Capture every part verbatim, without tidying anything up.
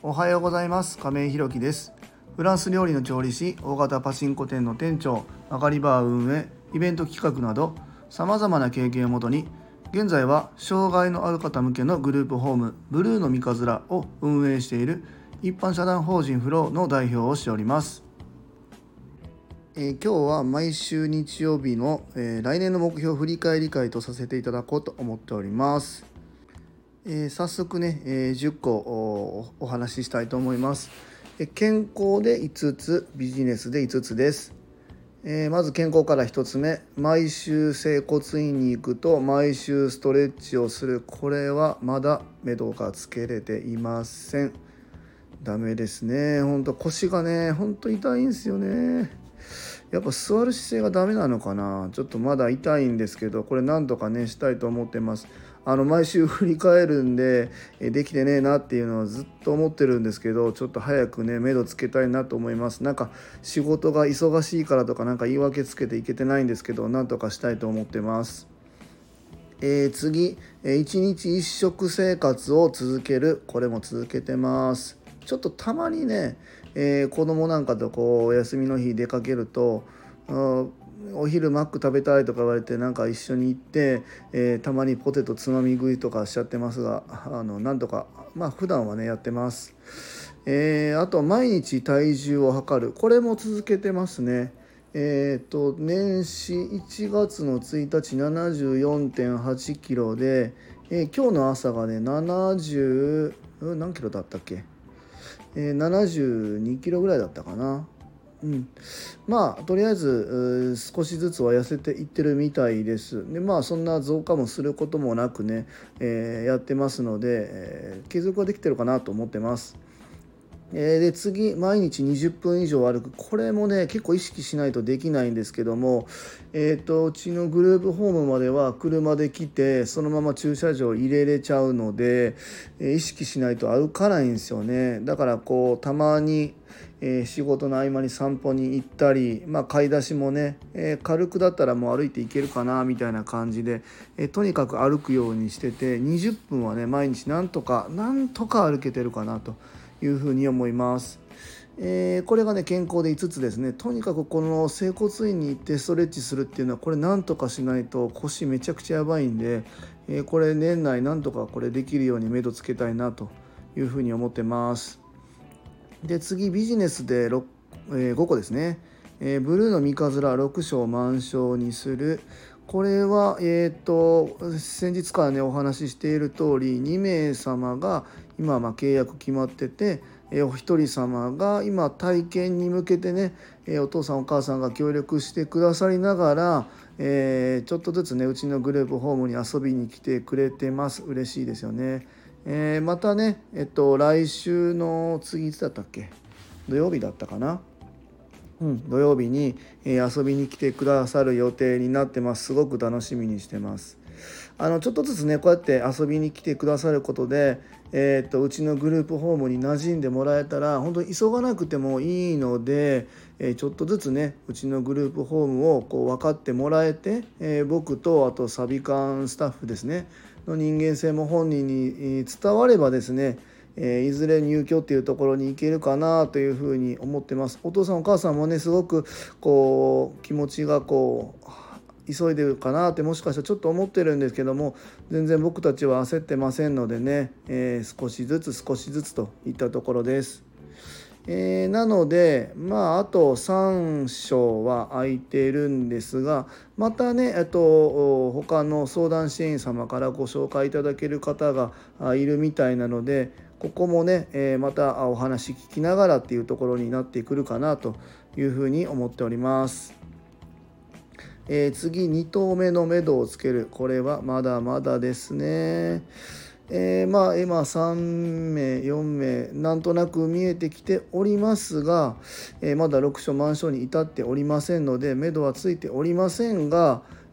おはようございます。亀井ひろきです。フランス料理の調理師、大型パチンコ店の店長、あかりバー運営、イベント企画などさまざまな経験をもとに、現在は障害のある方向けのグループホームブルーの三日面を運営している一般社団法人フローの代表をしております。えー、今日は毎週日曜日の、えー、来年の目標振り返り会とさせていただこうと思っております。えー、早速ね、えー、じゅっこ お, お話ししたいと思います。えー、健康でいつつ、ビジネスでいつつです。えー、まず健康からひとつめ、毎週整骨院に行くと毎週ストレッチをする。これはまだ目処がつけれていません。ダメですね。ほんと腰がね、ほんと痛いんですよね。やっぱ座る姿勢がダメなのかな。ちょっとまだ痛いんですけど、これなんとかねしたいと思ってます。あの毎週振り返るんで、えできてねえなっていうのはずっと思ってるんですけど、ちょっと早くね目処つけたいなと思います。なんか仕事が忙しいからとかなんか言い訳つけていけてないんですけど、なんとかしたいと思ってます。えー、次、えー、いちにちいっ食生活を続ける。これも続けてます。ちょっとたまにね、えー、子供なんかとこうお休みの日出かけると、お昼マック食べたいとか言われてなんか一緒に行って、えー、たまにポテトつまみ食いとかしちゃってますが、あのなんとかまあ普段はねやってます。えー、あと毎日体重を測る。これも続けてますね。えー、と年始いちがつのついたち ななじゅうよんてんはちキロで、えー、今日の朝がねななじゅう何キロだったっけ、えー、ななじゅうにキロぐらいだったかな。うん、まあとりあえず少しずつは痩せていってるみたいです。でまあそんな増加もすることもなくね、えー、やってますので、えー、継続はできてるかなと思ってます。えー、で次、毎日にじゅっぷん以上歩く。これもね結構意識しないとできないんですけども、えー、とうちのグループホームまでは車で来てそのまま駐車場入れれちゃうので、えー、意識しないと歩かないんですよね。だからこうたまに、えー、仕事の合間に散歩に行ったり、まあ、買い出しもね、えー、軽くだったらもう歩いていけるかなみたいな感じで、えー、とにかく歩くようにしてて、にじゅっぷんはね毎日なんとかなんとか歩けてるかなというふうに思います。えー、これがね健康でいつつですね。とにかくこの整骨院に行ってストレッチするっていうのはこれなんとかしないと腰めちゃくちゃやばいんで、えー、これ年内なんとかこれできるように目処つけたいなというふうに思ってます。で次、ビジネスでろく、えー、ごこですね。えー、ブルーの三日面ろく章満章にする。これは、えー、と先日からねお話ししている通りにめい様が今まあ契約決まってて、えー、お一人様が今体験に向けてね、えー、お父さんお母さんが協力してくださりながら、えー、ちょっとずつねうちのグループホームに遊びに来てくれてます。嬉しいですよね。えー、またね、えっと来週の次いつだったっけ、土曜日だったかな。うん、土曜日に、えー遊びに来てくださる予定になってます。すごく楽しみにしてます。あのちょっとずつねこうやって遊びに来てくださることで、えーっとうちのグループホームに馴染んでもらえたら本当に急がなくてもいいので、えーちょっとずつねうちのグループホームをこう分かってもらえて、えー僕とあとサビ館スタッフですねの人間性も本人にえー伝わればですね、えーいずれ入居っていうところに行けるかなというふうに思ってます。お父さんお母さんもねすごくこう気持ちがこう急いでるかなってもしかしたらちょっと思ってるんですけども、全然僕たちは焦ってませんのでね、えー少しずつ少しずつといったところです。えーなのでまああとさん章は空いているんですが、またねえっとお他の相談支援員様からご紹介いただける方があいるみたいなので、ここもね、えーまたお話聞きながらっていうところになってくるかなというふうに思っております。えー次、に棟目の目処をつける。これはまだまだですね。えーまあ今さんめいよんめいなんとなく見えてきておりますが、えーまだろく章満章に至っておりませんので目処はついておりませんが、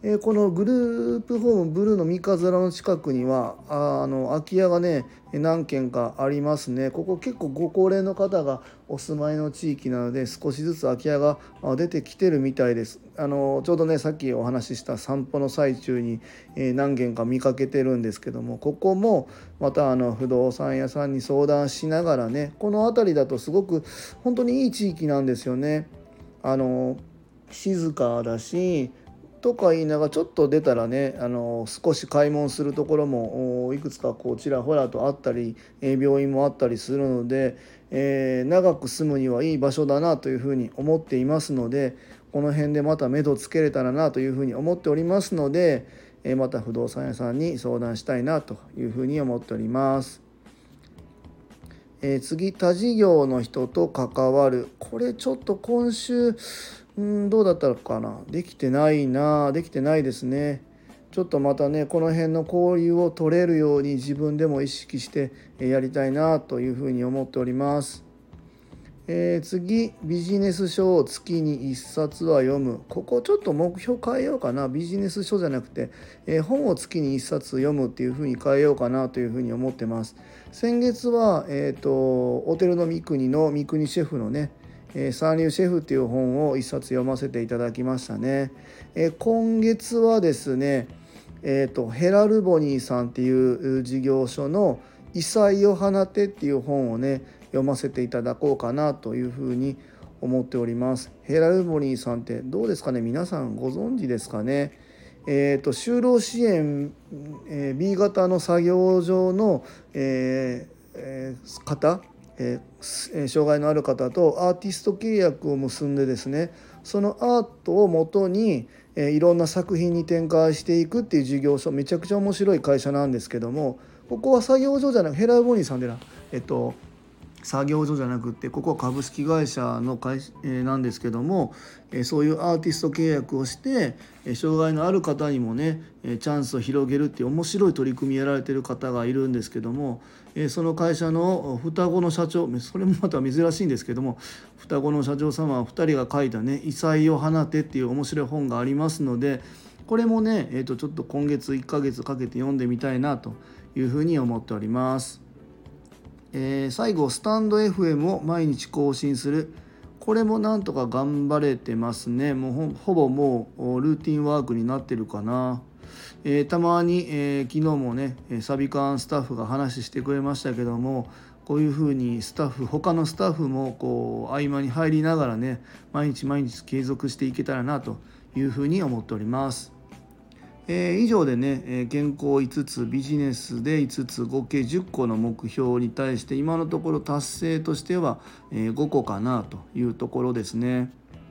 えー、このグループホームブルーの三日面の近くにはああの空き家がね何軒かありますね。ここ結構ご高齢の方がお住まいの地域なので少しずつ空き家が出てきてるみたいです。あのちょうどねさっきお話しした散歩の最中に、えー、何軒か見かけてるんですけども、ここもまたあの不動産屋さんに相談しながらね、この辺りだとすごく本当にいい地域なんですよね。あの静かだしとか言いながらちょっと出たらねあの少し買い物するところもいくつかこうちらほらとあったり、えー、病院もあったりするので、えー、長く住むにはいい場所だなというふうに思っていますので、この辺でまた目処つけれたらなというふうに思っておりますので、えー、また不動産屋さんに相談したいなというふうに思っております。えー、次、他事業の人と関わる。これちょっと今週うんどうだったのかな、できてないなできてないですね。ちょっとまたねこの辺の交流を取れるように自分でも意識してやりたいなというふうに思っております。えー、次、ビジネス書を月にいっさつは読む。ここちょっと目標変えようかな。ビジネス書じゃなくて、えー、本を月にいっさつ読むっていうふうに変えようかなというふうに思ってます。先月は、えーと、ホテルの三国の三国シェフのね、えー、三流シェフっていう本を一冊読ませていただきましたね。えー、今月はですね、えーと、ヘラルボニーさんっていう事業所の異彩を放てっていう本をね読ませていただこうかなというふうに思っております。ヘラルボニーさんってどうですかね、皆さんご存知ですかね。えーと、就労支援、えー、B 型の作業場の、えーえー、方、えー、障害のある方とアーティスト契約を結んでですね、そのアートをもとに、えー、いろんな作品に展開していくっていう事業所、めちゃくちゃ面白い会社なんですけども、ここは作業所じゃなくヘラルボニーさんでな、えっと作業所じゃなくってここは株式会社の会、えー、なんですけども、えー、そういうアーティスト契約をして、えー、障害のある方にもね、えー、チャンスを広げるっていう面白い取り組みやられてる方がいるんですけども、えー、その会社の双子の社長、それもまた珍しいんですけども、双子の社長様ふたりが書いたね「異彩を放て」っていう面白い本がありますので、これもね、えー、とちょっと今月いっかげつかけて読んでみたいなというふうに思っております。えー、最後スタンド エフエム を毎日更新する。これもなんとか頑張れてますね。もう ほ, ほぼもうルーティンワークになってるかな。えー、たまに、えー、昨日もねサビカンスタッフが話してくれましたけども、こういうふうにスタッフ他のスタッフもこう合間に入りながらね毎日毎日継続していけたらなというふうに思っております。えー、以上でね、えー、健康いつつビジネスでいつつ合計じゅっこの目標に対して今のところ達成としては、えー、ごこかなというところですね。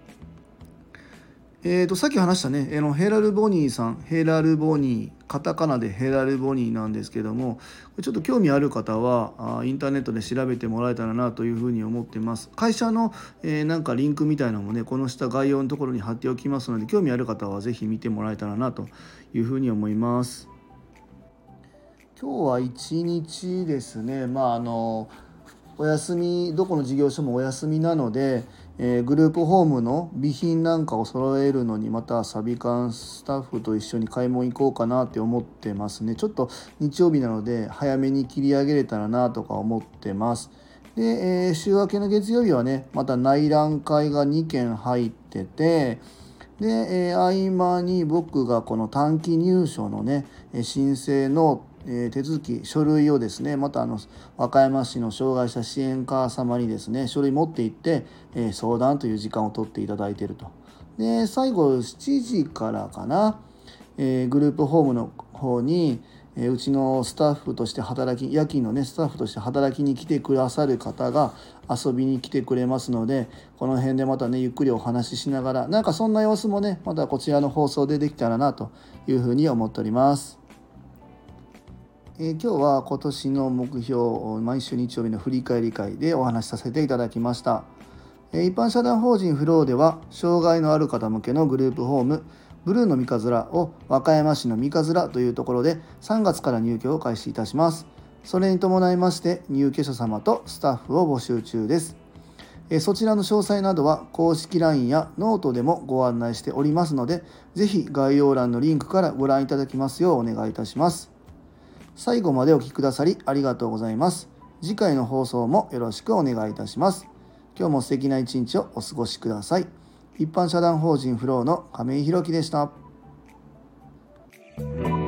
えー、とさっき話したね、えー、のヘラルボニーさん、ヘラルボニー、カタカナでヘラルボニーなんですけども、ちょっと興味ある方はあインターネットで調べてもらえたらなというふうに思っています。会社の、えー、なんかリンクみたいなのもねこの下概要のところに貼っておきますので、興味ある方はぜひ見てもらえたらなというふうに思います。今日は一日ですね、まああのお休み、どこの事業所もお休みなので、えー、グループホームの備品なんかを揃えるのにまたサビカンスタッフと一緒に買い物行こうかなって思ってますね。ちょっと日曜日なので早めに切り上げれたらなとか思ってます。で、えー、週明けの月曜日はねまた内覧会がにけん入ってて、で、えー、合間に僕がこの短期入所のね申請のえー、手続き書類をですねまたあの和歌山市の障害者支援課様にですね書類持って行って、えー、相談という時間を取っていただいていると。で最後しちじからかな、えー、グループホームの方に、えー、うちのスタッフとして働き夜勤のねスタッフとして働きに来てくださる方が遊びに来てくれますので、この辺でまたねゆっくりお話ししながら、なんかそんな様子もねまたこちらの放送でできたらなというふうに思っております。えー、今日は今年の目標毎週日曜日の振り返り会でお話しさせていただきました。えー、一般社団法人フローでは障害のある方向けのグループホームブルーの三日面を和歌山市の三日面というところでさんがつから入居を開始いたします。それに伴いまして入居者様とスタッフを募集中です。 えー、そちらの詳細などは公式 ライン やノートでもご案内しておりますので、ぜひ概要欄のリンクからご覧いただきますようお願いいたします。最後までお聞きくださりありがとうございます。次回の放送もよろしくお願いいたします。今日も素敵な一日をお過ごしください。一般社団法人フローの亀井宏樹でした。